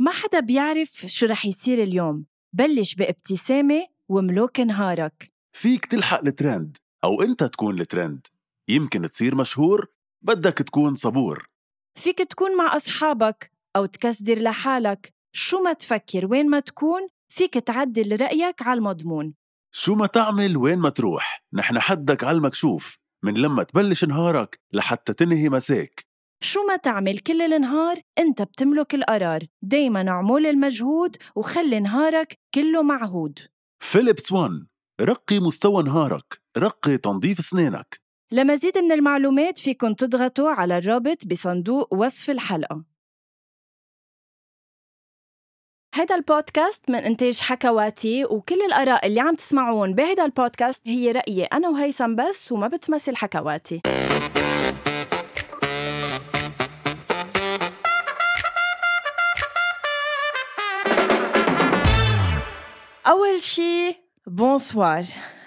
ما حدا بيعرف شو رح يصير اليوم. بلش بابتسامة وملوك نهارك. فيك تلحق الترند أو أنت تكون الترند. يمكن تصير مشهور، بدك تكون صبور. فيك تكون مع أصحابك أو تكسدر لحالك. شو ما تفكر وين ما تكون، فيك تعدل رأيك على المضمون. شو ما تعمل وين ما تروح، نحن حدك على المكشوف، من لما تبلش نهارك لحتى تنهي مساك. شو ما تعمل كل النهار، انت بتملك القرار. دايما اعمل المجهود وخلي نهارك كله معهود. فيليبس وان، رقي مستوى نهارك، رقي تنظيف سنينك. لمزيد من المعلومات فيكن تضغطوا على الرابط بصندوق وصف الحلقة. هذا البودكاست من إنتاج حكواتي، وكل الآراء اللي عم تسمعون بهذا البودكاست هي رأيي أنا وهيثم بس، وما بتمثل حكواتي. أول شي بونسوار.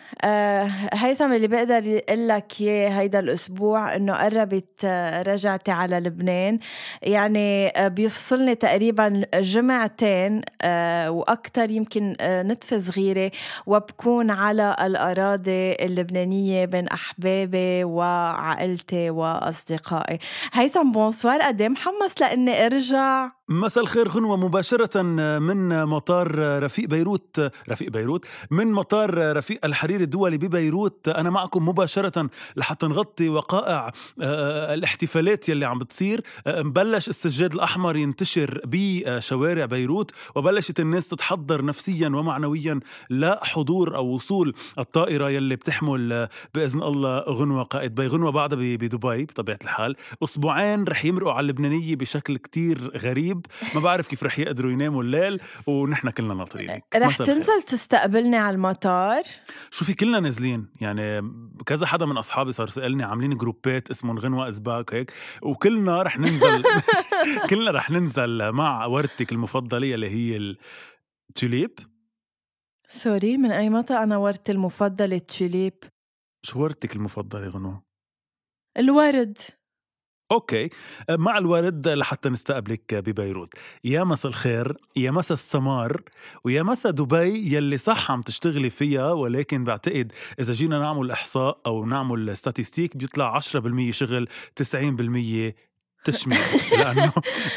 هيثم اللي بقدر يقول لك هيدا الأسبوع إنه قربت رجعتي على لبنان. يعني بيفصلني تقريبا جمعتين وأكتر، يمكن نتفة صغيرة، وبكون على الأراضي اللبنانية بين أحبابي وعائلتي وأصدقائي. هيثم بونسوار، قدي محمس لأني أرجع. مساء الخير غنوة، مباشرة من مطار رفيق بيروت، من مطار رفيق الحريري الدولي ببيروت. أنا معكم مباشرة لحتى نغطي وقائع الاحتفالات يلي عم بتصير. بلش السجاد الأحمر ينتشر بشوارع بيروت، وبلشت الناس تتحضر نفسيا ومعنويا لحضور أو وصول الطائرة يلي بتحمل بإذن الله غنوة قائد بي. غنوة بعدها بدبي بطبيعة الحال. أسبوعين رح يمرقوا على اللبنانية بشكل كتير غريب، ما بعرف كيف رح يقدروا يناموا الليل، ونحن كلنا ناطرينك. رح تنزل تستقبلني على المطار؟ شوفي كلنا نازلين، يعني كذا حدا من أصحابي صار سألني، عاملين جروبات اسمهم غنوة أزباك هيك، وكلنا رح ننزل كلنا رح ننزل مع وردتك المفضلة اللي هي التوليب. سوري، من أي متى أنا وردتي المفضلة التوليب؟ شو وردتك المفضلة غنوة؟ الورد. أوكي، مع الورد لحتى نستقبلك ببيروت. يا مساء الخير، يا مساء السمار، ويا مساء دبي يلي صح عم تشتغلي فيها، ولكن بعتقد إذا جينا نعمل إحصاء أو نعمل ستاتيستيك بيطلع 10% شغل 90% تشميس. لأنه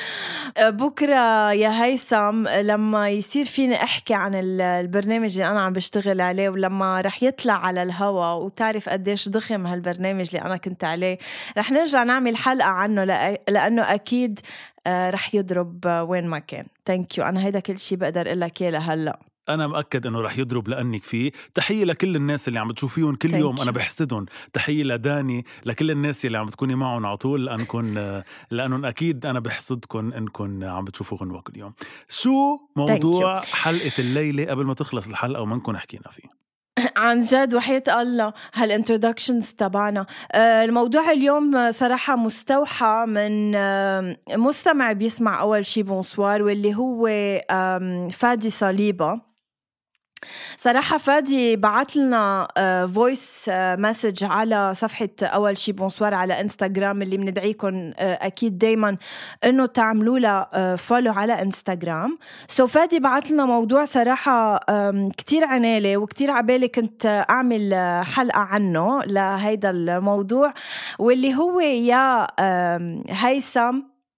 بكرة يا هيثم لما يصير فيني أحكي عن البرنامج اللي أنا عم بشتغل عليه، ولما رح يطلع على الهوا وتعرف قديش ضخم هالبرنامج اللي أنا كنت عليه، رح نرجع نعمل حلقة عنه لأنه أكيد رح يضرب وين ما كان. Thank you. أنا هيدا كل شي بقدر أقول لك لهلأ. أنا مأكد أنه رح يضرب لأنك فيه. تحية لكل الناس اللي عم بتشوفيهم كل يوم، أنا بحسدهم. تحية لداني، لكل الناس اللي عم بتكوني معهم على طول، لأنكم أكيد أنا بحسدكم أنكم عم بتشوفوا غنوة كل يوم. شو موضوع حلقة الليلة قبل ما تخلص الحلقة وما نكون حكينا فيه؟ عن جد وحياة الله هالانترودكشنز تبعنا. الموضوع اليوم صراحة مستوحى من مستمع بيسمع أول شي بونسوار، واللي هو فادي صليبة. صراحة فادي بعت لنا فويس مسج على صفحة أول شي بونسوار على إنستغرام، اللي بندعيكم أكيد دايما إنه تعملوا له فولو على إنستغرام. فادي بعت لنا موضوع صراحة كتير عنالي وكتير عبالي كنت أعمل حلقة عنه لهيدا الموضوع، واللي هو يا هيثم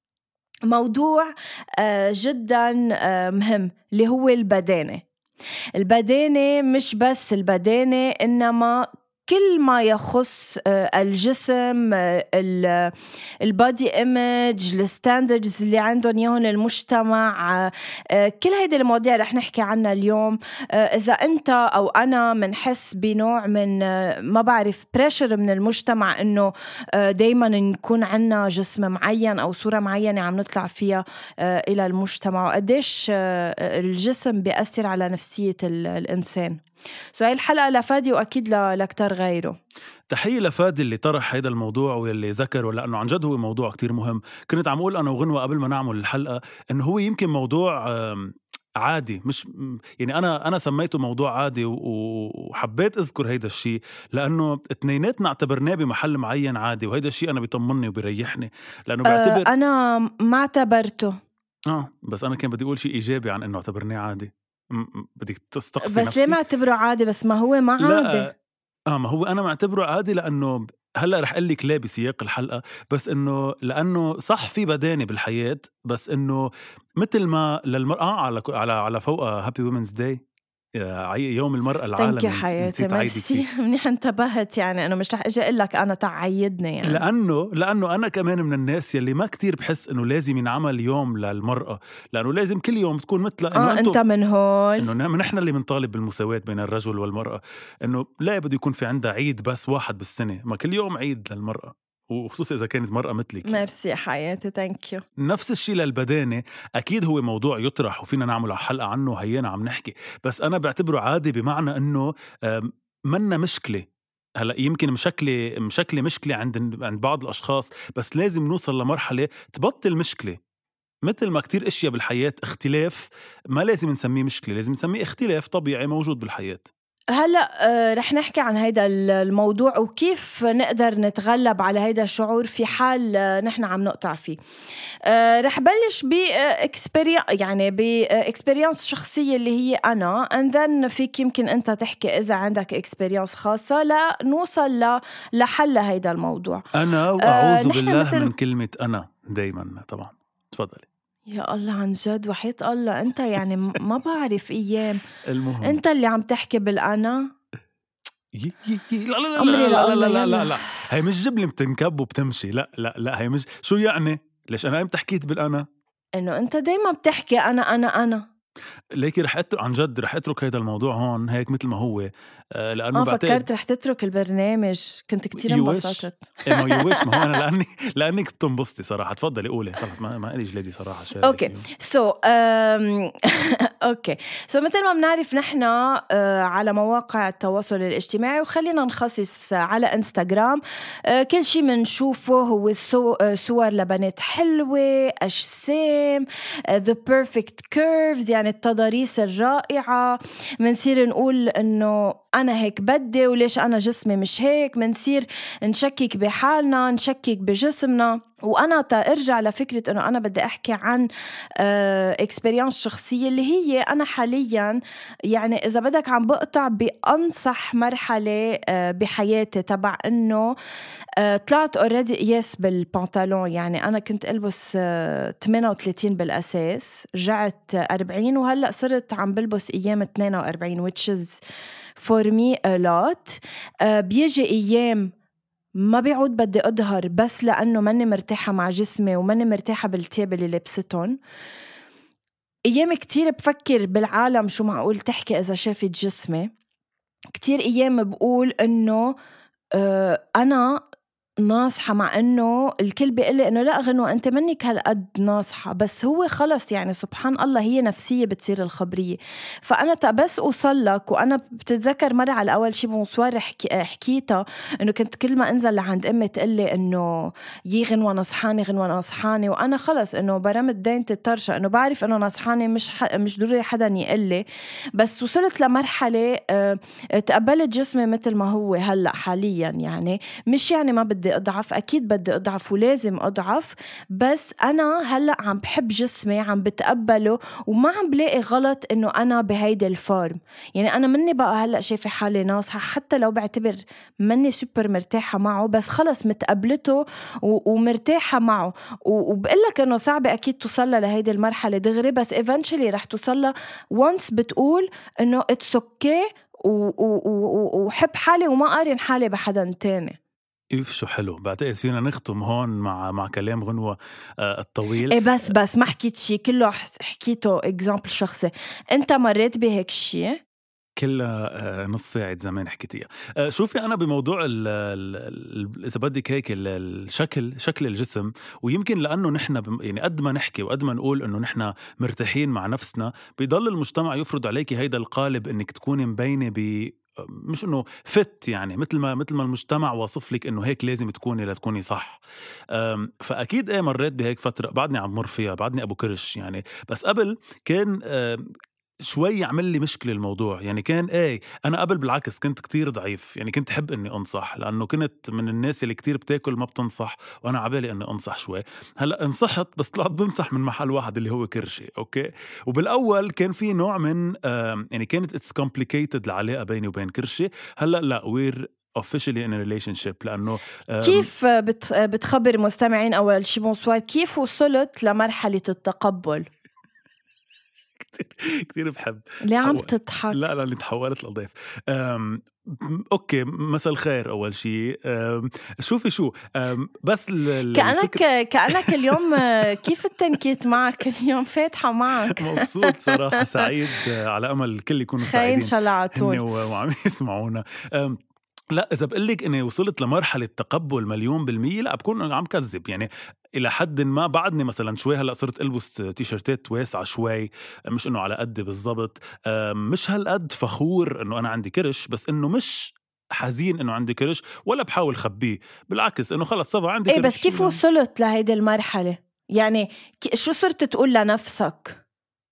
موضوع جدا مهم، اللي هو البدانة. مش بس البدانة، إنما كل ما يخص الجسم، البادي إيميج، الستاندردز اللي عندهم يهون المجتمع. كل هيدا المواضيع رح نحكي عنها اليوم. إذا أنت أو أنا منحس بنوع من ما بعرف بريشر من المجتمع إنه دايما نكون عنا جسم معين أو صورة معينة عم نطلع فيها إلى المجتمع، وقديش الجسم بيأثر على نفسية الإنسان. هاي الحلقة لفادي وأكيد لكتر غيره. تحية لفادي اللي طرح هيدا الموضوع واللي ذكره، لأنه عن جد هو موضوع كتير مهم. كنت عم أقول أنا وغنوة قبل ما نعمل الحلقة إنه هو يمكن موضوع عادي، مش يعني أنا سميته موضوع عادي، وحبيت أذكر هيدا الشيء لأنه اتنيناتنا اعتبرناه بمحل معين عادي، وهيدا الشيء أنا بيطمني وبيريحني، لأنه بعتبر أنا ما اعتبرته. بس أنا كان بدي أقول شيء إيجابي عن إنه اعتبرناه عادي. بدك تستقصي بس نفسي. ليه ما اعتبره عادي؟ بس ما هو ما عادي. ما هو أنا معتبره عادي لأنه هلأ رح أقول لك ليه بسياق الحلقة، بس إنه لأنه صح في بدانة بالحياة، بس إنه مثل ما للمرأة على فوق هابي وومنز داي، يوم المرأة العالمي. ثانك يو حياتي، ميرسي، منيح انتبهت. يعني أنا مش رح أجي أقول لك أنا تعيدني يعني. لأنه أنا كمان من الناس يلي ما كتير بحس إنه لازم ينعمل يوم للمرأة، لأنه لازم كل يوم تكون مثل أنت من هول إنه نحن اللي بنطالب بالمساواة بين الرجل والمرأة، إنه لا بده يكون في عندها عيد بس واحد بالسنة، ما كل يوم عيد للمرأة، وخصوصا إذا كانت مرأة مثلك. ميرسي حياتي، ثانك يو. نفس الشيء للبدانة، أكيد هو موضوع يطرح وفينا نعمل حلقة عنه، هينا عم نحكي، بس أنا بعتبره عادي بمعنى أنه منا مشكلة. هلأ يمكن مشكلة عند بعض الأشخاص، بس لازم نوصل لمرحلة تبطل مشكلة. مثل ما كتير اشياء بالحياة اختلاف ما لازم نسميه مشكلة، لازم نسميه اختلاف طبيعي موجود بالحياة. هلأ رح نحكي عن هيدا الموضوع وكيف نقدر نتغلب على هيدا الشعور في حال نحن عم نقطع فيه. رح بلش بإكسبريانس شخصية اللي هي أنا، and then فيك يمكن أنت تحكي إذا عندك إكسبريانس خاصة لنوصل لحل هيدا الموضوع. أنا وأعوذ بالله من كلمة أنا دايما. طبعا تفضلي. يا الله عن جد وحيط الله أنت يعني ما بعرف أيام المهم أنت اللي عم تحكي بالأنا. لا هي مش جبلة بتنكب وبتمشي. لا هي مش. شو يعني؟ ليش أنا امتى حكيت بالأنا؟ إنه أنت دايما بتحكي أنا. ليكي رح عن جد رح أترك هيدا الموضوع هون هيك مثل ما هو، لأنه فكرت رح تترك البرنامج، كنت كتير انبسطت. ما هو أنا لأنك بتنبسطي صراحة. تفضلي قولي، خلص ما قالي جلدي صراحة. أوكي أوكي سو مثل ما بنعرف نحن على مواقع التواصل الاجتماعي، وخلينا نخصص على انستغرام، كل شيء منشوفه هو صور لبنات حلوة، أجسام، the perfect curves، يعني التضاريس الرائعة. منصير نقول إنه أنا هيك بدي، وليش أنا جسمي مش هيك. منصير نشكك بحالنا، نشكك بجسمنا. وأنا تأرجع لفكرة إنه أنا بدي أحكي عن إكسبريانس شخصية اللي هي أنا حاليا، يعني إذا بدك عم بقطع بأنصح مرحلة بحياتي تبع إنه طلعت already قياس بالبنطلون. يعني أنا كنت ألبس 38 بالأساس، رجعت 40، وهلأ صرت عم بلبس أيام 42 which is for me a lot. بيجي أيام ما بيعود بدي أظهر بس لأنه ماني مرتاحة مع جسمي وماني مرتاحة بالتياب اللي لبستهم. أيام كتير بفكر بالعالم شو معقول تحكي إذا شافت جسمي. كتير أيام بقول إنه أنا ناصحة، مع إنه الكل بيقلي إنه لا غنوة أنت منك هالقد ناصحة، بس هو خلص يعني سبحان الله هي نفسية بتصير الخبرية. فأنا بس أوصلك. وأنا بتتذكر مرة على أول شي بونسوار حكيتها إنه كنت كل ما أنزل لعند أمي تقلي إنه غنوة نصحاني، وأنا خلص إنه برمت دينة الطرشة، إنه بعرف إنه نصحاني مش ضروري حدا يقلي. بس وصلت لمرحلة تقبلت جسمي مثل ما هو هلأ حاليا. يعني مش يعني ما بدي أضعف، أكيد بدي أضعف ولازم أضعف، بس أنا هلأ عم بحب جسمي، عم بتقبله، وما عم بلاقي غلط إنه أنا بهيدا الفورم. يعني أنا مني بقى هلأ شايفة حالي ناصحة، حتى لو بعتبر مني سوبر مرتاحة معه، بس خلص متقبلته ومرتاحة معه. وبقلك إنه صعب أكيد توصل لهيدا المرحلة دغري، بس eventually رح توصل once بتقول إنه it's okay وحب حالي وما قارن حالي بحدا تاني. شو حلو. بعتقد فينا نختم هون مع كلام غنوة الطويل. إيه بس ما حكيت شي، كله حكيته إكزامبل شخصي. أنت مريت بهيك شي؟ كلها نص ساعة زمان حكيتيها. شوفي أنا بموضوع إذا بدك هيك شكل الجسم، ويمكن لأنه نحن يعني قد ما نحكي وقد ما نقول إنه نحن مرتاحين مع نفسنا، بيضل المجتمع يفرض عليكي هيدا القالب إنك تكوني مبينة مش إنه فت، يعني مثل ما المجتمع واصف لك إنه هيك لازم لتكوني صح. فأكيد مريت بهيك فترة، بعدني عم مر فيها، بعدني أبو كرش يعني. بس قبل كان شوي يعمل لي مشكلة الموضوع. يعني كان أنا قبل بالعكس كنت كتير ضعيف، يعني كنت حب أني أنصح، لأنه كنت من الناس اللي كتير بتاكل ما بتنصح، وأنا عبالي أني أنصح شوي. هلأ انصحت بس طلعت بنصح من محل واحد اللي هو كرشي. أوكي، وبالأول كان في نوع من يعني كانت it's complicated العلاقة بيني وبين كرشي. هلأ لا we're officially in a relationship. لأنه كيف بتخبر مستمعين أول شي بونسوار كيف وصلت لمرحلة التقبل؟ كتير بحب. ليه عم تضحك؟ لا اللي تحولت للضيف. اوكي، مساء الخير اول شيء. شوفي شو بس كأنك اليوم كيف التنكيت معك اليوم؟ فاتحة معك. مبسوط صراحة، سعيد، على امل الكل يكونوا سعيدين ان شاء الله على طول وعم يسمعونا. لا إذا بقلك إني وصلت لمرحلة تقبل 100%، لا بكون عم كذب. يعني إلى حد ما بعدني مثلا شوي هلأ صرت ألبس تيشرتات واسعة شوي، مش إنه على قد بالضبط، مش هالقد فخور إنه أنا عندي كرش، بس إنه مش حزين إنه عندي كرش ولا بحاول خبيه، بالعكس إنه خلص صار عندي كرش. بس كيف وصلت لهيدي المرحلة؟ يعني شو صرت تقول لنفسك؟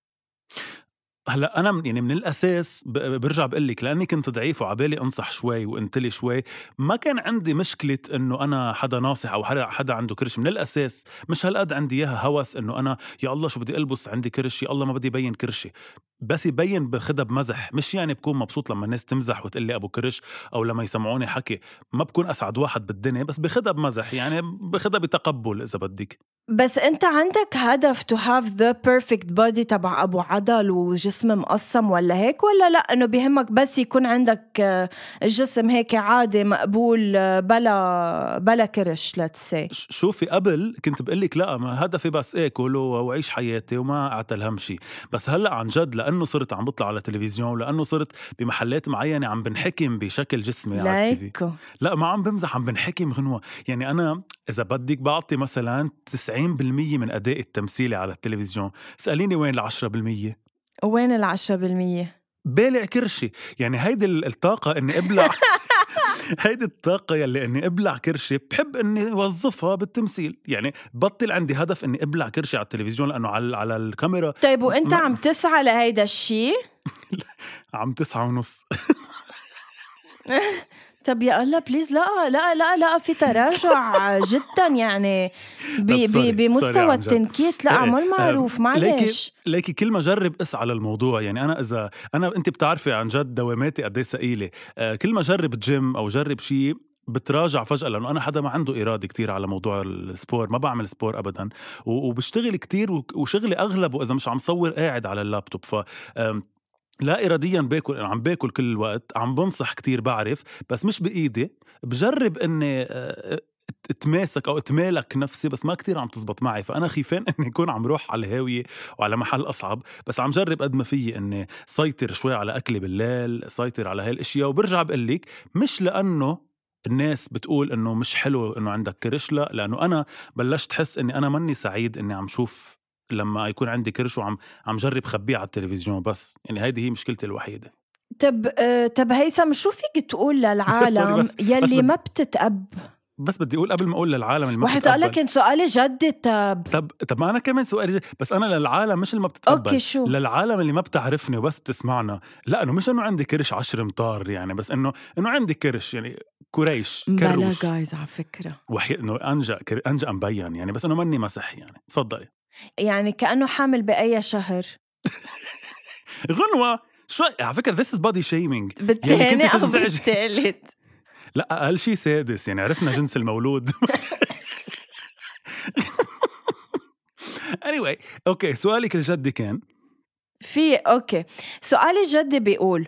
هلا انا يعني من الاساس برجع بقلك، لاني كنت ضعيف وعبالي انصح شوي وانتلي شوي، ما كان عندي مشكله انه انا حدا ناصح او حدا عنده كرش. من الاساس مش هالقد عندي اياها هوس انه انا يا الله شو بدي البس عندي كرش، يا الله ما بدي يبين كرشي، بس يبين بخدها بمزح. مش يعني بكون مبسوط لما الناس تمزح وتقول لي ابو كرش، او لما يسمعوني حكي ما بكون اسعد واحد بالدنيا، بس بخدها بمزح، يعني بخدها بتقبل اذا بدك. بس انت عندك هدف to have the perfect body تبع ابو عضل وجسم مقسم ولا هيك، ولا لا انه بيهمك بس يكون عندك الجسم هيك عادي مقبول بلا كرش؟ let's say شوفي قبل كنت بقلك لا، ما هدفي بس اكل وعيش حياتي وما اعتل هم شي. بس هلا عن جد لانه صرت عم بطلع على تلفزيون، لانه صرت بمحلات معينه عم بنحكم بشكل جسمي على التي في. لا ما عم بمزح، عم بنحكم غنوه. يعني انا اذا بدك بعطي مثلا 90% من اداء التمثيلي على التلفزيون، سأليني وين 10%؟ وين 10%؟ بالع كرشي. يعني هيدي الطاقة اني ابلع هيدي الطاقة يلي اني ابلع كرشي بحب اني وظفها بالتمثيل. يعني بطل عندي هدف اني ابلع كرشي على التلفزيون لانه على الكاميرا. طيب وانت عم تسعى لهيدا الشي؟ عم 9.5. طب يا الله بليز، لا في تراجع جدا يعني بمستوى التنكيت. لا عمل معروف، معلش. ليكي كل ما جرب اسعى للموضوع. يعني انا انت بتعرفي عن جد دواماتي قد ايه ثقيله. كل ما جرب جيم او جرب شيء بتراجع فجأة، لأنه أنا حدا ما عنده إرادة كتير على موضوع السبور، ما بعمل سبور أبدا، وبشتغل كتير، وشغلي أغلبه إذا مش عم صور قاعد على اللابتوب. ف لا إراديا باكل، عم باكل كل الوقت، عم بنصح كتير بعرف، بس مش بإيدي. بجرب إني اتماسك أو اتمالك نفسي، بس ما كتير عم تزبط معي. فأنا خيفان إني يكون عم روح على الهاوية وعلى محل أصعب. بس عم جرب قد ما فيي إني سيطر شوي على أكلي بالليل، سيطر على هاي الاشياء. وبرجع بقلك مش لأنه الناس بتقول إنه مش حلو إنه عندك كرش، لا، لأنه أنا بلشت حس إني أنا مني سعيد إني عم شوف لما يكون عندي كرش وعم جرب خبيه على التلفزيون. بس يعني هيدي هي مشكلتي الوحيدة. طب هيثم، شو فيك تقول للعالم يلي بس ما بتتقب؟ بس بدي أقول قبل ما أقول للعالم اللي ما بتتقبل، وحتى لك إن سؤالي جدي. طب ما أنا كمان سؤالي بس أنا للعالم مش اللي ما بتتقبل. أوكي، شو؟ للعالم اللي ما بتعرفني وبس بتسمعنا. لا إنه مش إنه عندي كرش 10 أمتار يعني، بس إنه عندي كرش يعني كريش بلا جايز على فكرة وحي إنه أنجا مبين يعني، بس إنه مني مسح يعني. تفضلي. يعني كأنه حامل بأي شهر. غنوة شوي على فكرة this is body shaming. بالتاني يعني أو بالتالت؟ لا أقل شي سادس، يعني عرفنا جنس المولود. anyway أوكي، سؤالك الجدي كان أوكي، سؤالي الجدي بيقول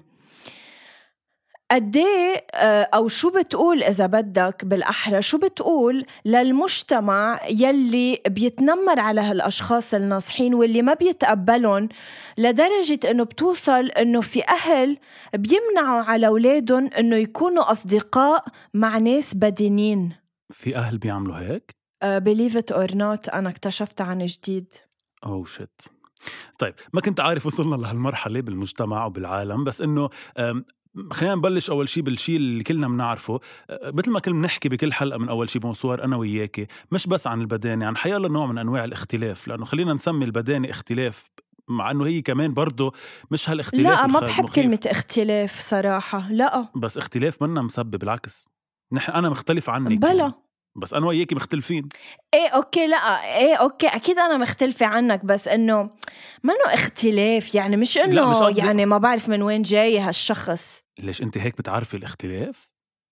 قديه أو شو بتقول إذا بدك بالأحرى، شو بتقول للمجتمع يلي بيتنمر على هالأشخاص الناصحين واللي ما بيتقبلون، لدرجة إنه بتوصل إنه في أهل بيمنعوا على أولادهم إنه يكونوا أصدقاء مع ناس بدينين؟ في أهل بيعملوا هيك؟ believe it or not، أنا اكتشفت عن جديد. shit. طيب ما كنت عارف وصلنا لهالمرحلة بالمجتمع وبالعالم، بس إنه خلينا نبلش أول شي بالشي اللي كلنا بنعرفه. مثل ما كنا بنحكي بكل حلقة من أول شي بونسوار أنا وياكي، مش بس عن البدانة، عن حياة نوع من أنواع الاختلاف. لأنه خلينا نسمي البدانة اختلاف مع انه هي كمان برضو مش هالاختلاف لا ما بحب المخيف. كلمة اختلاف صراحة، لا. بس اختلاف منا مسبب، بالعكس انا مختلف عنك بلا يعني. بس انا وياكي مختلفين. ايه اوكي، لا ايه اوكي اكيد انا مختلفة عنك، بس انه منه اختلاف يعني، مش انه مش قصدي. يعني ما بعرف من وين جاي هالشخص. ليش انت هيك بتعرفي الاختلاف؟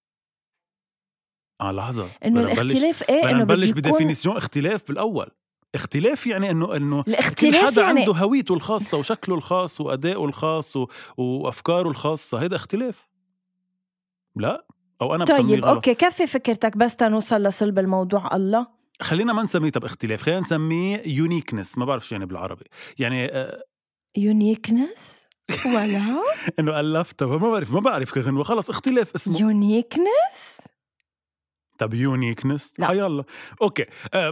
لحظة، انه الاختلاف ايه، انه نبلش بدي يكون بديفينيسيون اختلاف بالاول. اختلاف يعني انه كل الاختلاف حدا يعني عنده هويته الخاصة وشكله الخاص وأدائه الخاص وأفكاره الخاصة. هيدا اختلاف؟ لا، أو أنا بسميه طيب غلط. اوكي كفي فكرتك بس تنوصل لصلب الموضوع. الله، خلينا ما نسميه طب اختلاف، خلينا نسميه يونيكنس. ما بعرف شو يعني بالعربي يعني. يونيكنس ولا انه ألفتها، ما بعرف كغنوة. خلص اختلاف اسمه يونيكنس. طب يونيكنس لا. حيالله اوكي.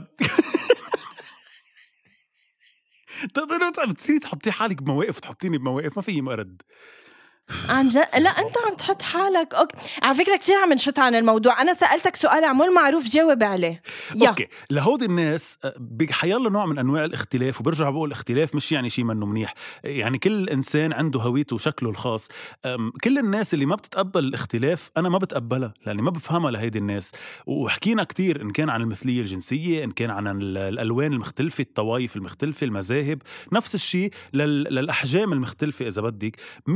طب انه بتصير تحطي حالك بمواقف وتحطيني بمواقف ما في مرد. عن جد لا، انت عم تحط حالك. اوكي على فكره كثير عم نشط عن الموضوع. انا سالتك سؤال عمول معروف جاوب عليه. اوكي لهود الناس بحيالله نوع من انواع الاختلاف، وبرجع بقول الاختلاف مش يعني شيء منه منيح. يعني كل انسان عنده هويته وشكله الخاص. كل الناس اللي ما بتتقبل الاختلاف انا ما بتقبلها لاني ما بفهمها لهيدي الناس. وحكينا كتير ان كان عن المثليه الجنسيه، ان كان عن الالوان المختلفه، الطوائف المختلفه، المذاهب، نفس الشيء للاحجام المختلفه. اذا بدك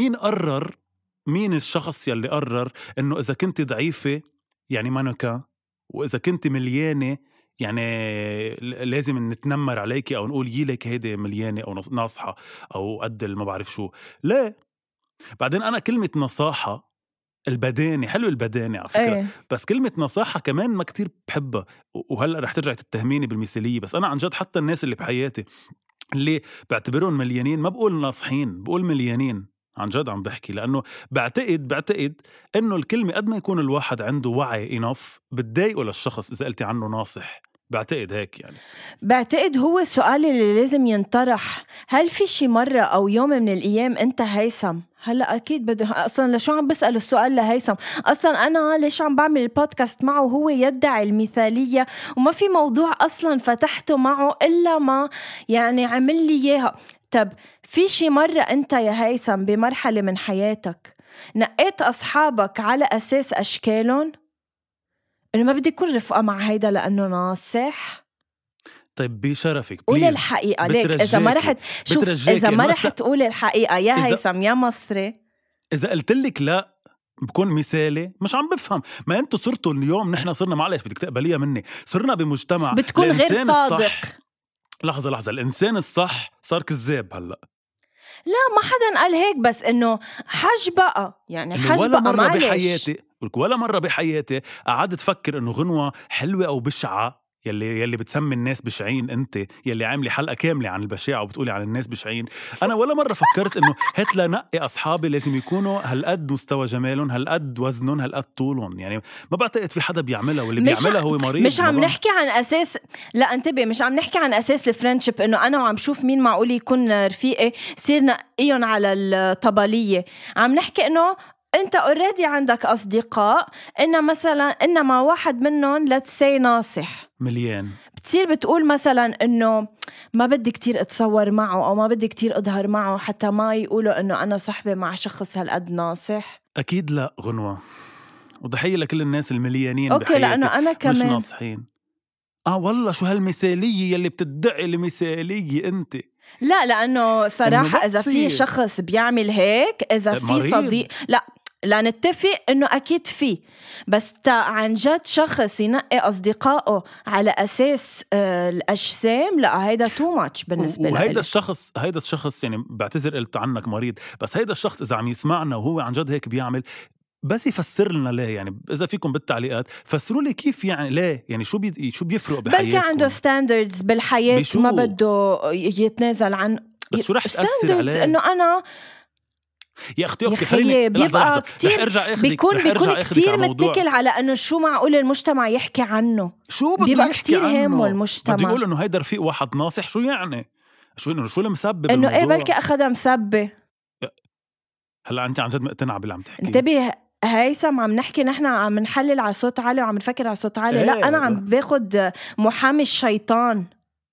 مين الشخص يلي قرر انه اذا كنت ضعيفه يعني مانوكا، واذا كنت مليانه يعني لازم نتنمر عليكي او نقول يلك هيدي مليانه او ناصحه او قد ما بعرف شو. لا، بعدين انا كلمه نصاحه، البدانه حلو، البدانه على فكره ايه. بس كلمه نصاحه كمان ما كتير بحبها. وهلا رح ترجع تتهميني بالمثاليه، بس انا عن جد حتى الناس اللي بحياتي اللي بعتبرهم مليانين ما بقول ناصحين، بقول مليانين. عن جد عم بحكي، لأنه بعتقد إنه الكلمة قد ما يكون الواحد عنده وعي إنف بتضايقه للشخص إذا قلتي عنه ناصح. بعتقد هيك يعني. بعتقد هو السؤال اللي لازم ينطرح، هل في شي مرة أو يوم من الأيام أنت هيثم؟ هلأ أكيد بده أصلا لشو عم بسأل السؤال لهيثم؟ أصلا أنا ليش عم بعمل البودكاست معه؟ هو يدعي المثالية وما في موضوع أصلا فتحته معه إلا ما يعني عمل لي إياها. طب في شي مرة أنت يا هيثم بمرحلة من حياتك نقيت أصحابك على أساس أشكالهم؟ إنه ما بدي أكون رفقة مع هيدا لأنه ناصح؟ طيب بشرفك قول بليز الحقيقة ليك. إذا ما رحت شوف، إذا ما رحت تقول الحقيقة يا هيثم يا مصري، إذا قلت لك لا بكون مثالي مش عم بفهم. ما أنتوا صرتوا اليوم، نحن صرنا معلش بدك تقبليها مني، صرنا بمجتمع بتكون غير صادق. لحظة الإنسان الصح صار كذاب هلأ. لا ما حدا قال هيك، بس إنه حج بقى يعني حج ولا بقى مرة معلش. ولا مرة بحياتي قعدت تفكر إنه غنوة حلوة أو بشعة يلي بتسمي الناس بشعين. انت يلي عاملي حلقة كاملة عن البشاعة وبتقولي عن الناس بشعين. انا ولا مرة فكرت انه هات لنقي اصحابي لازم يكونوا هالقد مستوى جمالهم، هالقد وزنهم، هالقد طولهم. يعني ما بعتقد في حدا بيعملها، واللي بيعملها هو مريض. مش عم نحكي عن اساس، لا انتبه، مش عم نحكي عن اساس الفرنشيب انه انا وعم شوف مين معقول يكون رفيقي صير نقيهم على الطبلية. عم نحكي انه انت اوريدي عندك اصدقاء انما واحد منهم لتسي ناصح مليان، بتصير بتقول مثلا انه ما بدي كتير اتصور معه او ما بدي كتير اظهر معه حتى ما يقولوا انه انا صحبة مع شخص هالقد ناصح. اكيد لا غنوة، وضحية لكل الناس المليانين اوكي بحياتي لانه انا كمان مش ناصحين. والله شو هالمثالية يلي بتدعي المثالية انت. لا لانه صراحة اذا في بتصير. شخص بيعمل هيك، اذا في صديق، لا نتفق انه اكيد في، بس عن جد شخص ينقي اصدقائه على اساس الاجسام، لا هيدا تو ماتش بالنسبه لي. وهيدا الشخص يعني بعتذر قلت عنك مريض، بس هيدا الشخص اذا عم يسمعنا وهو عن جد هيك بيعمل، بس يفسر لنا ليه. يعني اذا فيكم بالتعليقات فسروا لي كيف يعني ليه، يعني شو بيفرق بحياتكم. بلكي عنده ستاندردز بالحياه ما بده يتنازل عن، بس شو رح تأثر عليه؟ انه انا يا اختي اوكي خليني بيبقى كتير بيكون كتير متكل على انه شو معقول المجتمع يحكي عنه، شو بده بيبقى يحكي كتير عنه. همه المجتمع بده يقول انه هيدا رفيق واحد ناصح. شو يعني؟ شو المسبب انه الموضوع؟ ايه بلكي اخذها مسبه. هلا انت عن جد مقتنعه باللي عم تحكي؟ انتبه هيثم، عم نحكي نحن عم نحلل على صوت عالي وعم نفكر على صوت عالي. لا انا عم باخد محامي الشيطان.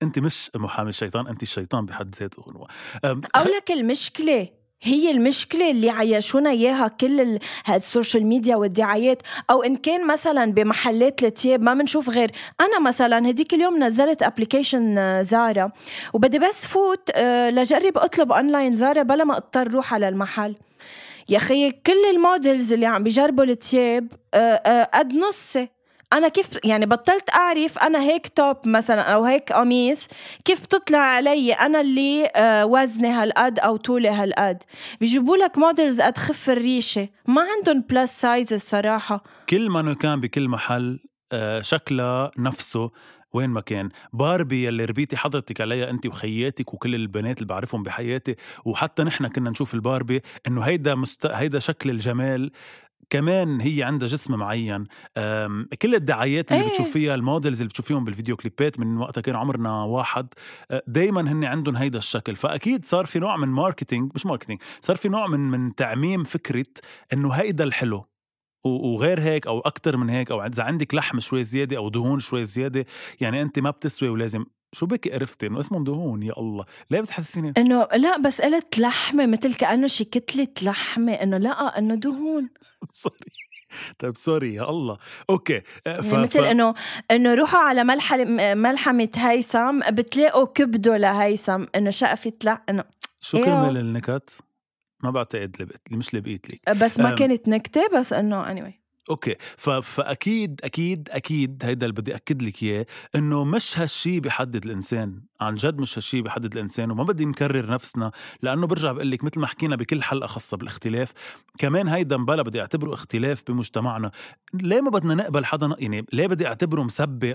انت مش محامي الشيطان، انت الشيطان بحد ذاته. أو لك المشكلة هي المشكلة اللي عيشونا إياها كل السوشيال ميديا والدعايات، أو إن كان مثلا بمحلات التياب ما منشوف غير. أنا مثلا هديك اليوم نزلت أبليكيشن زارا وبدي بس فوت لجرب أطلب أونلاين زارا بلا ما اضطر روح على المحل. يا أخي كل المودلز اللي عم بيجربوا التياب قد نصي. أنا كيف يعني بطلت أعرف أنا هيك توب مثلا أو هيك قميص كيف تطلع علي أنا اللي وزني هالقد أو طولي هالقد. بيجيبوا لك موديلز قد خف الريشة، ما عندهم بلس سايز الصراحة. كل ما كان بكل محل شكلها نفسه وين ما كان. باربي اللي ربيتي حضرتك عليها انت وخياتك وكل البنات اللي بعرفهم بحياتي، وحتى نحن كنا نشوف الباربي انه هيدا شكل الجمال. كمان هي عندها جسم معين. كل الدعايات اللي بتشوفيها، المودلز اللي بتشوفيهم بالفيديو كليبات من وقتها كان عمرنا 1، دايما هن عندهم هيدا الشكل. فأكيد صار في نوع من ماركتينج، مش ماركتينج، صار في نوع من تعميم فكرة انه هيدا الحلو وغير هيك او اكتر من هيك، او اذا عندك لحم شوي زياده او دهون شوي زياده يعني انت ما بتسوي ولازم. شو بك قرفتي انه اسمهم دهون؟ يا الله ليه بتحسسيني انه لا بس قلت لحمه مثل كأنه شي كتلة لحمه، انه لا انه دهون. سوري. طيب سوري يا الله. اوكي مثل انه روحوا على ملحمة هيثم بتلاقوا كبده لهيثم انه شقفت. لا انه شو كرمال النكت؟ ما بعتقد اللي مش لبقيت لي، بس ما كانت نكتة، بس انه anyway. اوكي فاكيد اكيد اكيد هيدا اللي بدي اكد لك اياه، انه مش هالشي بيحدد الانسان، عن جد مش هالشي بيحدد الانسان. وما بدي نكرر نفسنا، لانه برجع بقول لك مثل ما حكينا بكل حلقه خاصه بالاختلاف، كمان هيدا مبلا بدي اعتبره اختلاف بمجتمعنا. ليه ما بدنا نقبل حدا؟ يعني ليه بدي اعتبره مسبه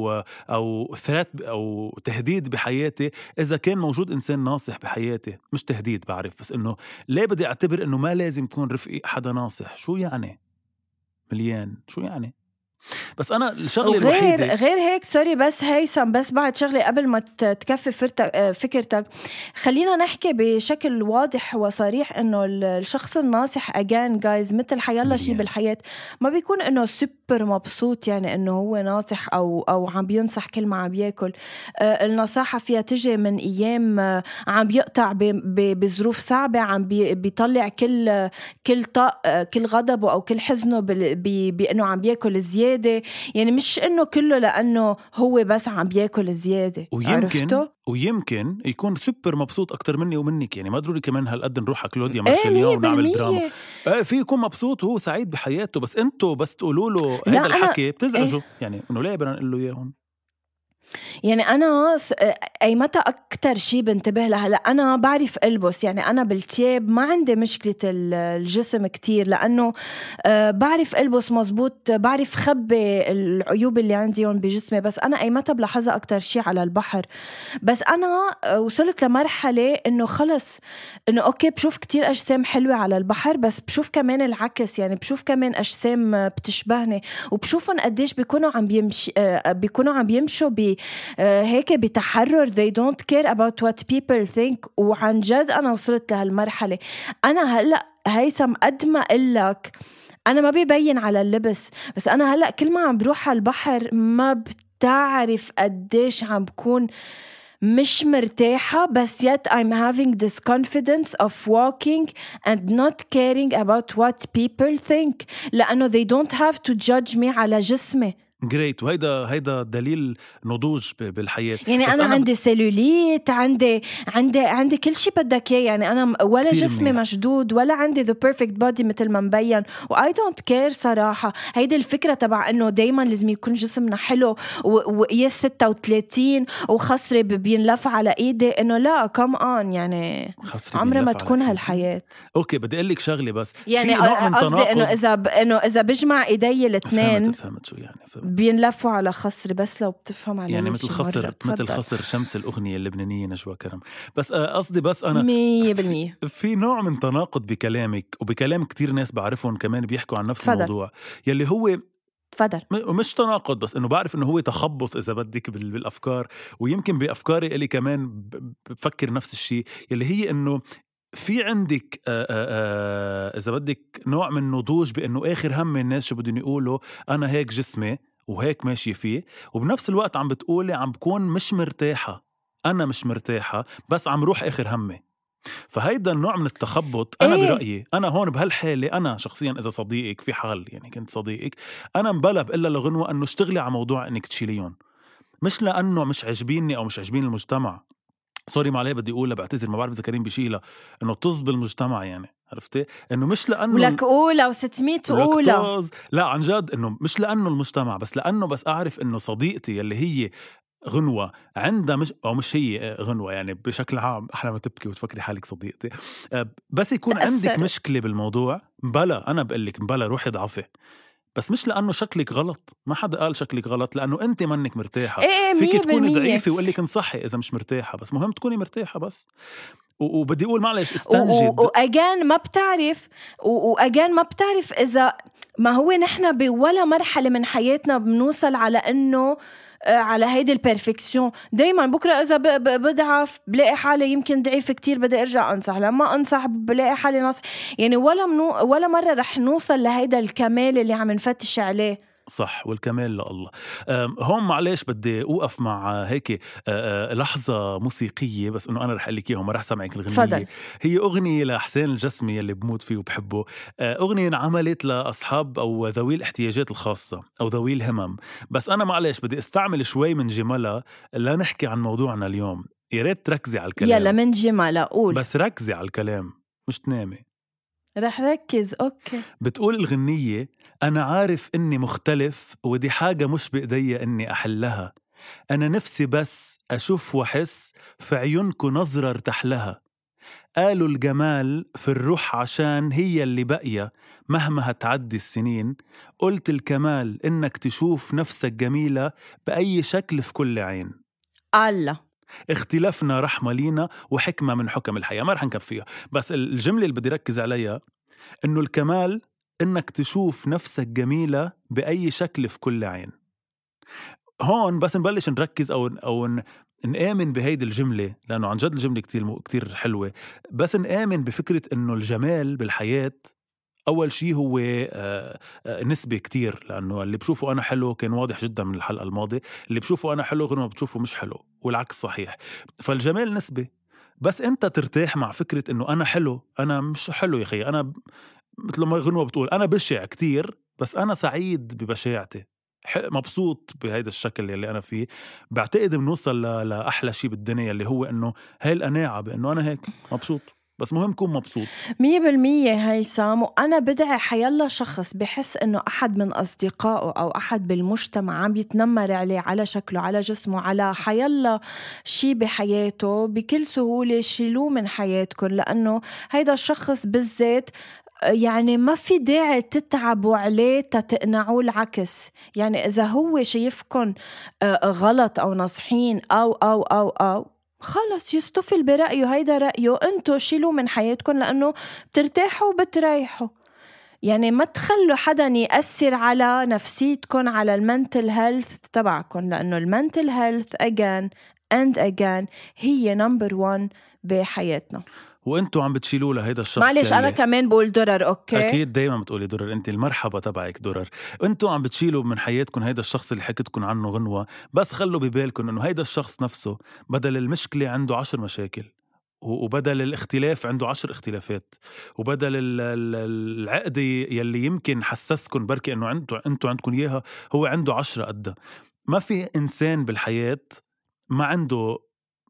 او ثreat او تهديد بحياتي اذا كان موجود انسان ناصح بحياتي؟ مش تهديد بعرف، بس انه ليه بدي اعتبر انه ما لازم يكون رفقي حدا ناصح؟ شو يعني مليان؟ شو يعني؟ بس أنا الشغلة الوحيدة غير هيك سوري بس هيثم، بس بعد شغلة قبل ما تكفي فكرتك، خلينا نحكي بشكل واضح وصريح إنه الشخص الناصح again guys مثل حيالله شيء بالحياة ما بيكون إنه سوبر مبسوط يعني إنه هو ناصح أو عم بينصح كل ما عم بياكل. النصاحة فيها تجي من أيام عم بيقطع بظروف صعبة، عم بيطلع كل غضبه أو كل حزنه بأنه عم بياكل زيادة. يعني مش انه كله لانه هو بس عم بياكل زياده، ويمكن يكون سوبر مبسوط اكتر مني ومنك. يعني ما ضروري كمان هالقد نروح على كلوديا مارشاليان ونعمل دراما. في يكون مبسوط وهو سعيد بحياته، بس انتو بس تقولوا له هذا الحكي بتزعجوا. يعني انه ليه بدنا نقول له اياه هون؟ يعني أنا أي متى أكتر شي بنتبه لها، أنا بعرف ألبس، يعني أنا بالتياب ما عندي مشكلة الجسم كتير لأنه بعرف ألبس مزبوط، بعرف خبي العيوب اللي عندي هون بجسمي. بس أنا أي متى بلاحظها أكتر شي على البحر. بس أنا وصلت لمرحلة إنه خلص إنه أوكي بشوف كتير أجسام حلوة على البحر، بس بشوف كمان العكس، يعني بشوف كمان أجسام بتشبهني وبشوفهم قديش بيكونوا عم بيمشوا هيك بتحرر. they don't care about what people think. وعن جد أنا وصلت لهالمرحلة. أنا هلأ هيثم قد ما قلك أنا ما بيبين على اللبس، بس أنا هلأ كل ما عم بروح على البحر ما بتعرف قديش عم بكون مش مرتاحة، بس yet I'm having this confidence of walking and not caring about what people think لأنه they don't have to judge me على جسمي. جريت. وهيدا دليل نضوج بالحياة. يعني أنا عندي سيلوليت، عندي كل شيء بدك إياه. يعني أنا ولا جسمي مشدود ولا عندي the perfect body مثل ما مبين، و I don't care صراحة. هيدي الفكرة تبع إنه دايما لازم يكون جسمنا حلو وقياس 36 وخصري بينلف على إيدي، إنه لا come on يعني عمرها ما تكون هالحياة. أوكي بدي أقول لك شغلة بس، يعني قصدي إنه إذا بجمع إيدي الاثنين فهمت شو يعني بينلفوا على خصر، بس لو بتفهم على يعني مثل خصر شمس الأغنية اللبنانية نجوى كرم. بس قصدي بس أنا 100% في نوع من تناقض بكلامك وبكلام كتير ناس بعرفهم كمان بيحكوا عن نفس الموضوع يلي هو تفضل. مش تناقض، بس انه بعرف انه هو تخبط اذا بدك بالافكار، ويمكن بافكاري اللي كمان بفكر نفس الشيء، يلي هي انه في عندك إذا بدك نوع من نضوج بأنه آخر هم الناس شو بدهم يقولوا أنا هيك جسمي وهيك ماشي فيه، وبنفس الوقت عم بتقولي عم بكون مش مرتاحة، أنا مش مرتاحة بس عم روح آخر همي. فهيدا النوع من التخبط أنا برأيي أنا هون بهالحالة أنا شخصيا إذا صديقك في حال يعني كنت صديقك أنا مبلا بقلا لغنوة أنه اشتغلي على موضوع أنك تشيليون، مش لأنه مش عجبيني أو مش عجبين المجتمع. سوري ما عليه بدي أقولها بعتذر، ما بعرف إذا كريم بيشيلها إنه طز بالمجتمع يعني عرفتي إنه مش لأنه ولك أولى و600 أولى، لا عن جد إنه مش لأنه المجتمع بس لأنه بس أعرف إنه صديقتي يلي هي غنوة عندها مش هي غنوة يعني بشكل عام أحلى ما تبكي وتفكري حالك صديقتي، بس يكون تأثر. عندك مشكلة بالموضوع بلا أنا بقلك بلا روحي ضعفي، بس مش لأنه شكلك غلط، ما حدا قال شكلك غلط، لأنه أنت منك مرتاحة. فيك تكوني ضعيفة وقلك انصحي إذا مش مرتاحة، بس مهم تكوني مرتاحة بس. وبدي أقول معلش استنجد وأجان ما بتعرف وأجان ما بتعرف إذا ما هو نحن بولا مرحلة من حياتنا بنوصل على إنه على هيدي البرفكسيون. دايما بكرة إذا بضعف بلاقي حالي يمكن ضعيف كتير بدي أرجع أنصح، لما أنصح بلاقي حالي نصح، يعني ولا مرة رح نوصل لهيدا الكمال اللي عم نفتش عليه. صح، والكمال لله. هون معلش بدي أوقف مع هيك لحظة موسيقية، بس إنه أنا رح أقلك إياهم ما رح سمعك الغنية. هي أغنية لحسين الجسمي اللي بموت فيه وبحبه، أغنية انعملت لأصحاب أو ذوي الاحتياجات الخاصة أو ذوي الهمم، بس أنا معلش بدي استعمل شوي من جمالها لا نحكي عن موضوعنا اليوم. يا ريت تركزي على الكلام. يلا من جمالها قول، بس ركزي على الكلام مش تنامي. رح ركز. أوكي. بتقول الغنية: أنا عارف إني مختلف ودي حاجة مش بإيدي إني أحلها، أنا نفسي بس أشوف وحس في عيونكو نظرة ارتاح لها، قالوا الجمال في الروح عشان هي اللي باقية مهما هتعدي السنين، قلت الكمال إنك تشوف نفسك جميلة بأي شكل في كل عين. الله، اختلافنا رحمة لينا وحكمة من حكم الحياة. ما رح نكفيها، بس الجملة اللي بدي ركز عليها إنه الكمال إنك تشوف نفسك جميلة بأي شكل في كل عين. هون بس نبلش نركز أو نآمن بهيدي الجملة، لأنه عن جد الجملة كتير حلوة، بس نآمن بفكرة إنه الجمال بالحياة أول شيء هو نسبة كتير، لأنه اللي بشوفه أنا حلو كان واضح جدا من الحلقة الماضية، اللي بشوفه أنا حلو غير ما بتشوفه مش حلو، والعكس صحيح. فالجمال نسبة، بس أنت ترتاح مع فكرة إنه أنا حلو أنا مش حلو يا خي، أنا مثل ما غنوة بتقول أنا بشع كتير بس أنا سعيد ببشاعتي، مبسوط بهيدا الشكل اللي أنا فيه. بعتقد بنوصل لأحلى شيء بالدنيا اللي هو إنه هاي القناعة بإنه أنا هيك مبسوط، بس مهم كون مبسوط 100%. هيثم، وأنا بدعي حيالله شخص بحس إنه أحد من أصدقائه أو أحد بالمجتمع عم يتنمر عليه على شكله على جسمه على حيالله شي بحياته، بكل سهولة شيلوه من حياتكم، لأنه هيدا الشخص بالذات يعني ما في داعي تتعبوا عليه تتقنعوا. العكس، يعني إذا هو شايفكن غلط أو نصحين أو خلص يستفل برأيه، هيدا رأيه، انتو شيلوا من حياتكم لأنه بترتاحوا وبتريحوا. يعني ما تخلوا حدا يأثر على نفسيتكم، على المنتل هيلث تبعكم، لأنه المنتل هيلث again and again هي نمبر 1 بحياتنا، وانتو عم بتشيلوا لهيدا الشخص. معلش أنا كمان بقول درر. أوكي أكيد دايما بتقولي درر، انت المرحبا تبعك درر. انتو عم بتشيلوا من حياتكم هيدا الشخص اللي حكيتكم عنه غنوة، بس خلوا ببالكم انه هيدا الشخص نفسه بدل المشكلة عنده 10 مشاكل، وبدل الاختلاف عنده 10 اختلافات، وبدل العقدة يلي يمكن حسسكم بركي انه انتو عندكم اياها هو عنده 10 قدها. ما في انسان بالحياة ما عنده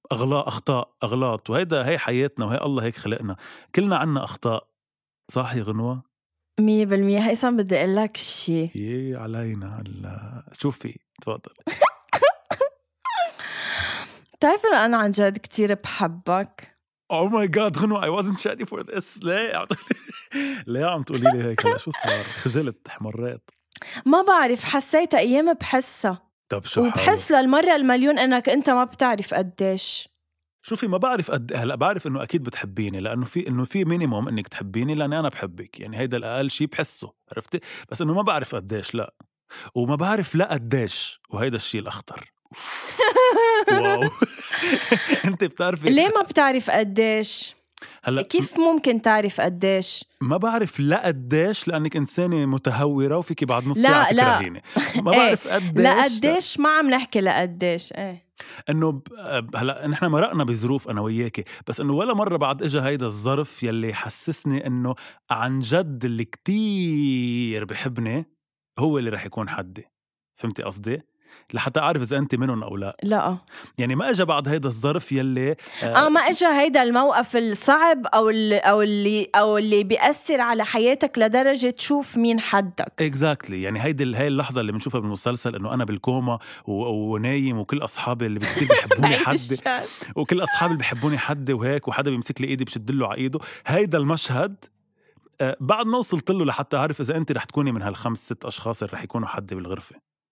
أغلاط، هي حياتنا وهي الله هيك خلقنا، كلنا عنا أخطاء. صح يا غنوة؟ 100%. هيثم بدي أقول لك شيء. يي علينا شوفي تفضل. تعرف إنه أنا عن جد كتير بحبك. Oh my god غنوة I wasn't ready for this. ليه عم تقولي لي هيك؟ شو صار؟ خجلت، حمرات، ما بعرف، حسيتها أيام بحسها. طب شو وبحس للمرة المليون انك انت ما بتعرف قديش. شوفي ما بعرف هلا بعرف انه اكيد بتحبيني، لانه في مينيموم انك تحبيني لاني انا بحبك، يعني هيدا الاقل شيء بحسه، عرفتي؟ بس انه ما بعرف قديش، لا، وما بعرف لا قديش، وهيدا الشيء الاخطر. واو. انت بتعرفي ليه ما بتعرف قديش؟ هلا كيف ممكن تعرف قديش؟ ما بعرف لا قديش، لأنك إنسانة متهورة وفيكي بعد نص ساعة تكرهيني. ما بعرف قديش. لا قديش ما عم نحكي لقديش. إنه هلا نحن مرقنا بظروف أنا وياكي، بس إنه ولا مرة بعد إجا هيدا الظرف يلي حسسني إنه عن جد اللي كتير بحبني هو اللي رح يكون حدي. فهمتي قصدي؟ لحتى أعرف إذا أنت منهم أو لا. يعني ما إجا بعد هيدا الظرف يلي ما إجا هيدا الموقف الصعب أو اللي بيأثر على حياتك لدرجة تشوف مين حدك. exactly. يعني هاي اللحظة اللي بنشوفها بالمسلسل إنه أنا بالكوما ونايم وكل أصحابي اللي بيحبوني حدي وكل أصحابي اللي بيحبوني حدي وهيك، وحدا بيمسك لي إيدي بشدله على إيده. هيدا المشهد بعد ما وصلت له لحتى أعرف إذا أنت رح تكوني من هال5-6 أشخاص اللي رح يكونوا حدي بالغرفة.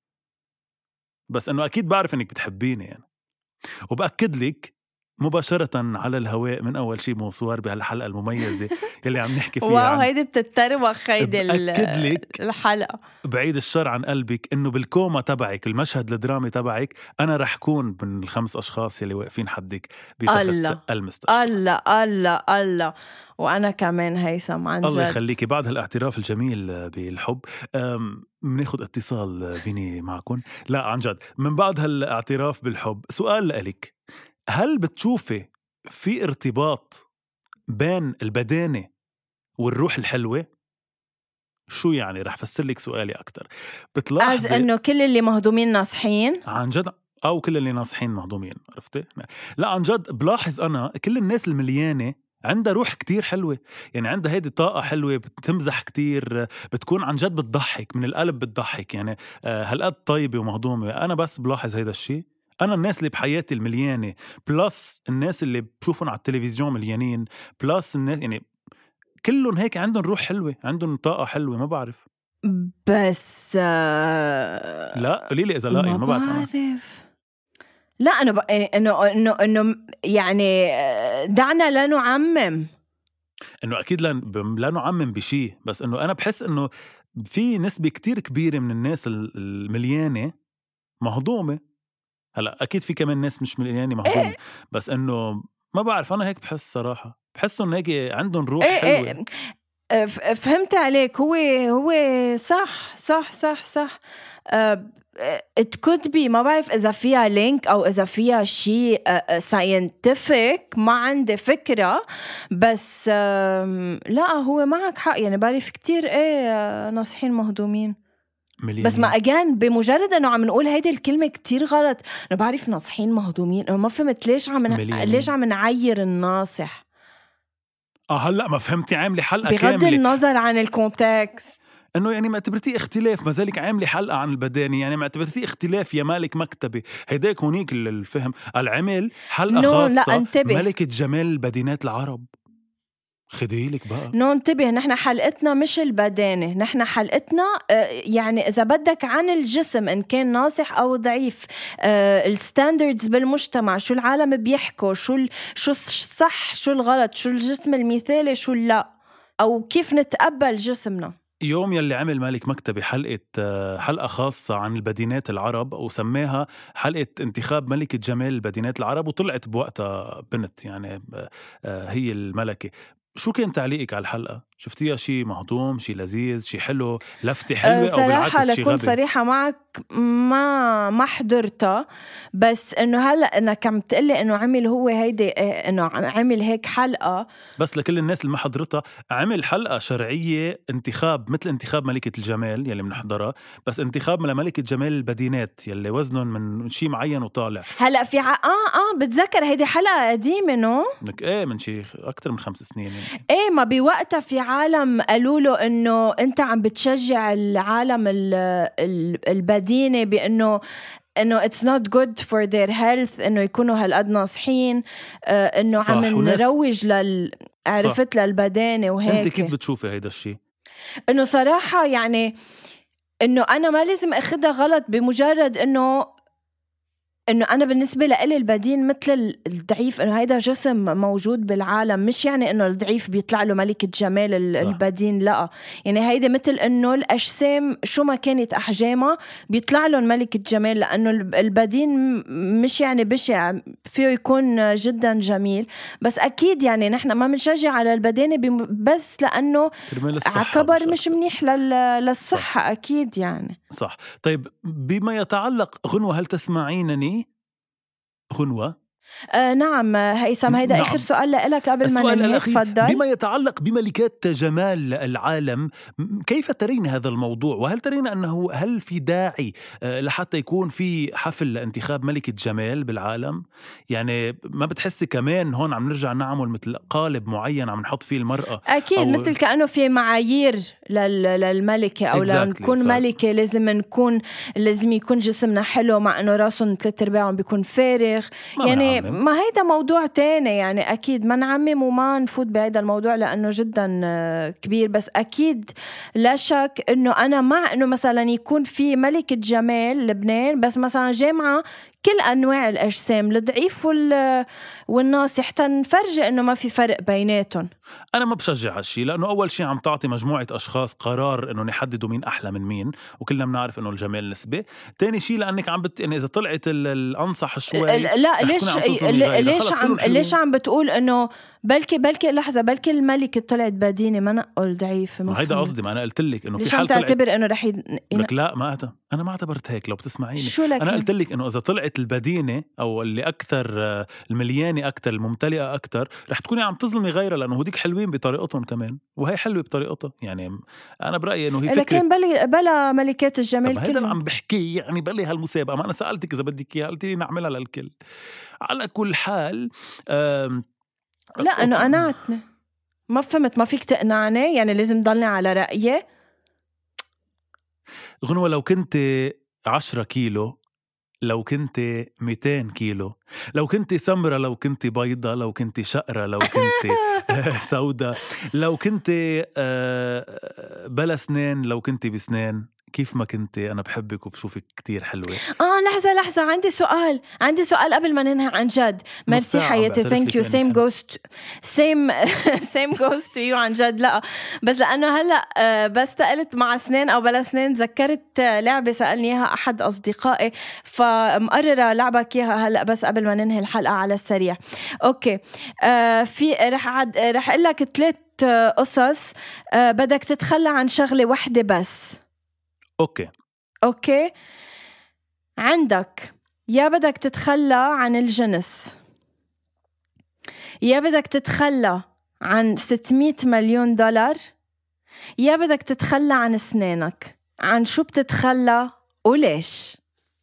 بس إنه أكيد بعرف إنك بتحبيني يعني. وبأكد لك مباشرة على الهواء من أول شيء موسوار بهالحلقة المميزة يلي عم نحكي فيها. واو هيدي بتتروخ هيدي الحلقة. بعيد الشر عن قلبك إنه بالكوما تبعك المشهد الدرامي تبعك أنا رح كون من ال5 أشخاص يلي واقفين حدك بتخت المستشفى. الله وأنا كمان هيثم عن جد. الله يخليكي. بعد هالاعتراف الجميل بال بناخد اتصال فيني معكم. لا عن جد من بعد هالاعتراف بالحب سؤال لك، هل بتشوفي في ارتباط بين البدانة والروح الحلوة؟ شو يعني؟ رح فسر لك سؤالي أكتر. بتلاحظي إنه كل اللي مهضومين ناصحين عن جد أو كل اللي ناصحين مهضومين؟ عرفتي؟ لا عن جد بلاحظ أنا كل الناس المليانة عندها روح كتير حلوة، يعني عندها هيدي طاقة حلوة، بتمزح كتير، بتكون عن جد بتضحك من القلب، بتضحك يعني هالقد طيبة ومهضومة. أنا بس بلاحظ هيدا الشيء. أنا الناس اللي بحياتي المليانة بلس الناس اللي بشوفهم على التلفزيون مليانين بلس الناس، يعني كلهم هيك عندهم روح حلوة، عندهم طاقة حلوة. ما بعرف بس لا قليلي إذا لا يعني ما بعرف. لا أنا إنه يعني دعنا لا نعمم. إنه أكيد لا نعمم بشيء، بس إنه أنا بحس إنه في نسبة كتير كبيرة من الناس المليانة مهضومة. هلا أكيد في كمان ناس مش مليانة مهضومة بس إنه ما بعرف. أنا هيك بحس صراحة، بحس إنه هيك عندهم روح حلوة. فهمت عليك. هو صح. it could be. ما بعرف إذا فيها لينك أو إذا فيها شيء scientific، ما عندي فكرة. بس لا هو معك حق، يعني بعرف كتير ناصحين مهضومين مليانين. بس ما أجان بمجرد أنه عم نقول هيدي الكلمة كتير غلط. أنا بعرف ناصحين مهضومين، أنا ما فهمت ليش عم نعير الناصح. هلأ ما فهمتي. عاملة حلقة بغض كاملة بغض النظر عن الكونتكست، انه يعني ما اعتبرتيه اختلاف. ما ذلك عاملة حلقة عن البداني، يعني ما اعتبرتيه اختلاف يا مالك مكتبي. هيداك هونيك الفهم. العمل حلقة خاصة ملكة جمال البدينات العرب. خديلك بقى انتبه. نحن حلقتنا مش البدانة، نحن حلقتنا يعني إذا بدك عن الجسم إن كان ناصح أو ضعيف، الستاندردز بالمجتمع، شو العالم بيحكوا، شو الصح، شو الغلط، شو الجسم المثالي، شو لا، أو كيف نتقبل جسمنا. يوم يلي عمل مالك مكتبي حلقة خاصة عن البدينات العرب، وسماها حلقة انتخاب ملكة جمال البدينات العرب، وطلعت بوقتها بنت يعني هي الملكة. شو كان تعليقك على الحلقة؟ شفتيها شي مهضوم، شي لذيذ، شي حلو، لفتة حلوة أو بالعكس شي غبي؟ صراحة لكون صريحة معك ما حضرتها، بس إنه هلأ إنك عم تقلي إنه عمل هو هيدي إنه عمل هيك حلقة. بس لكل الناس اللي ما حضرتها، عمل حلقة شرعية انتخاب مثل انتخاب ملكة الجمال يلي بنحضرها، بس انتخاب لملكة جمال البدينات يلي وزنهم من شي معين وطالع. هلأ في بتذكر هيدي حلقة قديمة نو؟ من شي أكتر من 5 سنين يعني. ما بوقتها في عالم قالوا له إنه أنت عم بتشجع العالم البدينة بأنه it's not good for their health إنه يكونوا هالقد ناصحين، إنه عم نروج عرفت للبدانة وهيك. أنت كيف بتشوفي هيدا الشيء؟ إنه صراحة يعني إنه أنا ما لازم أخدها غلط بمجرد إنه انه انا بالنسبه لإلي البدين مثل الضعيف، انه هيدا جسم موجود بالعالم، مش يعني انه الضعيف بيطلع له ملكة جمال البدين، لا يعني هيدا مثل انه الاجسام شو ما كانت احجامها بيطلع لهم ملكة جمال، لانه البدين مش يعني بشع، فيه يكون جدا جميل. بس اكيد يعني نحن ما بنشجع على البدانه بس لانه عكبر مش منيح للصحه. صح. اكيد يعني صح. طيب بما يتعلق غنوة، هل تسمعينني غنوة؟ نعم هيثم، هيدا نعم. آخر سؤال لك قبل ما ننهي، تفضل. بما يتعلق بملكات جمال العالم، كيف ترين هذا الموضوع؟ وهل ترين أنه هل في داعي لحتى يكون في حفل لانتخاب ملكة جمال بالعالم؟ يعني ما بتحسي كمان هون عم نرجع نعمل مثل قالب معين عم نحط فيه المرأة؟ أكيد مثل كأنه في معايير للملكة أو لنكون ملكة لازم يكون جسمنا حلو، مع أنه راسهم 3/4 بيكون فارغ. يعني ما هيدا موضوع تاني، يعني أكيد ما نعمم وما نفوت بهيدا الموضوع لأنه جدا كبير. بس أكيد لا شك أنه أنا مع أنه مثلا يكون في ملكة جمال لبنان، بس مثلا جامعة كل أنواع الأجسام، الضعيف والناصح، حتى نفرجي أنه ما في فرق بيناتهم. أنا ما بشجع هالشي، لأنه أول شيء عم تعطي مجموعة أشخاص قرار أنه نحددوا مين أحلى من مين، وكلنا بنعرف أنه الجمال نسبة. تاني شيء لأنك عم يعني إذا طلعت الأنصح شوي، لا ليش عم بتقول أنه بلكي لحظة، بلكي الملكة طلعت بدينة ما نقول ضعيف. ما هيدا قصدي، ما أنا قلت لك إنه في حال تعتبر إنه رح لك لا، أنا ما اعتبرت هيك. لو بتسمعيني أنا قلت لك إنه إذا طلعت البدينة أو اللي أكثر المليانة أكثر الممتلئة أكثر رح تكوني عم تظلمي غيرها، لأنه هوديك حلوين بطريقتهم كمان وهي حلوة بطريقتها. يعني أنا برأيي إنه هي فكرة، لكن بلا ملكات الجمال هيدا اللي عم بحكي. يعني بلي هالمسابقة، ما أنا سألتك إذا بدك إياها قلت لي نعملها للكل. على كل حال لا أنه قنعتني، ما فهمت، ما فيك تقنعني، يعني لازم ضلني على رأيي. غنوة، لو كنت 10 كيلو، لو كنت 200 كيلو، لو كنت سمرة، لو كنت بيضة، لو كنت شقرة، لو كنت سودة، لو كنت بلا سنين، لو كنت بسنين، كيف ما كنت أنا بحبك وبشوفك كتير حلوة. لحظة عندي سؤال قبل ما ننهي عن جد. ميرسي حياتي، thank you. same goes to you عن جد. لا بس لأنه هلأ بس سألت مع سنين أو بلا سنين، ذكرت لعبة سألني إياها أحد أصدقائي، فمقررة لعبك إياها هلأ بس قبل ما ننهي الحلقة على السريع. أوكي. في رح أقول لك 3 قصص. بدك تتخلى عن شغلة واحدة بس. أوكي. عندك يا بدك تتخلى عن الجنس، يا بدك تتخلى عن 600 مليون دولار، يا بدك تتخلى عن أسنانك. عن شو بتتخلى وليش؟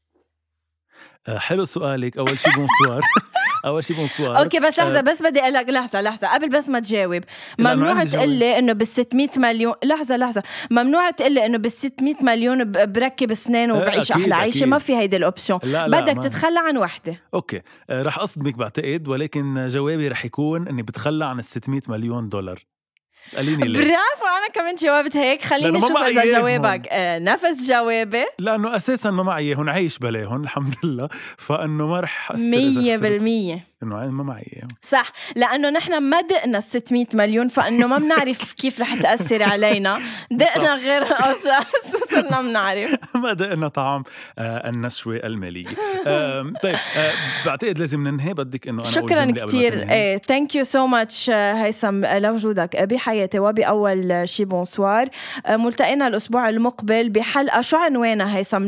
حلو سؤالك. أول شي بونسوار. اوكي بس لحظه، بس بدي اقول لك لحظه قبل بس ما تجاوب. ممنوع تقلي انه بال600 مليون، لحظه ممنوع تقلي انه بال600 مليون بركب اسنان وبعيش احلى عيشه. ما في هيدي الاوبشن. بدك تتخلى عن وحده. اوكي رح اصدمك بعتقد، ولكن جوابي رح يكون اني بتخلى عن 600 مليون دولار. اسأليني ليه؟ برافو، أنا كمان جاوبت هيك. خليني أشوف إذا جوابك نفس جوابي، لأنه أساساً ما معي هون، عايش بلاهن الحمد لله، فأنه ما رح أسر 100% إنه ما معي. صح، لأنه نحن ما دقنا 600 مليون، فإنه ما بنعرف كيف رح تأثر علينا. دقنا غير أساس صرنا بنعرف. ما دقنا طعم النشوة المالية. طيب بعتقد لازم ننهي. بدك إنه أنا شكراً كتير. thank you so much هيثم لوجودك بحياتي وبأول شي بونسوار. ملتقينا الأسبوع المقبل بحلقة شو عنوانها هيثم؟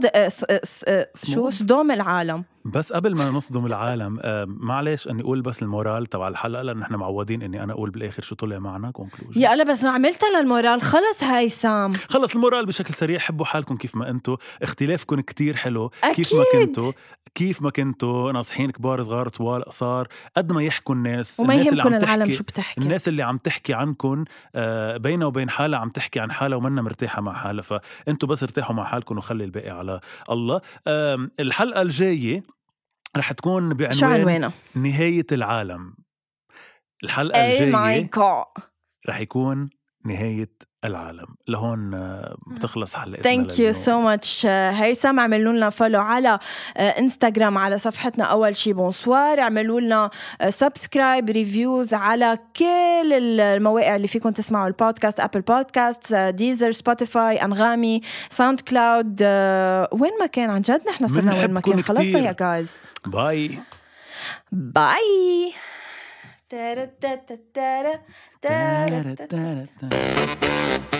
شو صدام العالم. بس قبل ما نصدم العالم معلش أني أقول بس المورال تبع الحلقة، لأن نحن معودين أني أنا أقول بالآخر شو طلع معنا كونكلوجن. يا الله بس عملتها للمورال. خلص هيثم، خلص المورال بشكل سريع. حبوا حالكم كيف ما أنتوا، اختلافكم كتير حلو. أكيد. كيف ما كنتوا ناصحين، كبار صغار طوال قصار، قد ما يحكوا الناس وما اللي عم العالم شو بتحكي، الناس اللي عم تحكي عنكم بينه وبين حالها عم تحكي عن حالها ومنا مرتاحة مع حالها. فأنتوا بس ارتاحوا مع حالكم وخلي الباقي على الله. الحلقة الجاية رح تكون بعنوان نهاية العالم. الحلقة الجاية رح يكون نهاية العالم. لهون بتخلص حلقتنا. ثانك يو سو ماتش هيثم. اعملوا لنا فولو على انستغرام على صفحتنا اول شي بونسوار. اعملوا لنا سبسكرايب ريفيوز على كل المواقع اللي فيكم تسمعوا البودكاست، ابل بودكاست، ديزر، سبوتيفاي، انغامي، ساوند كلاود، وين ما كان. عن جد نحن صرنا وين ما كان. خلصنا يا جايز. باي باي. تارا تارا تارا تارا.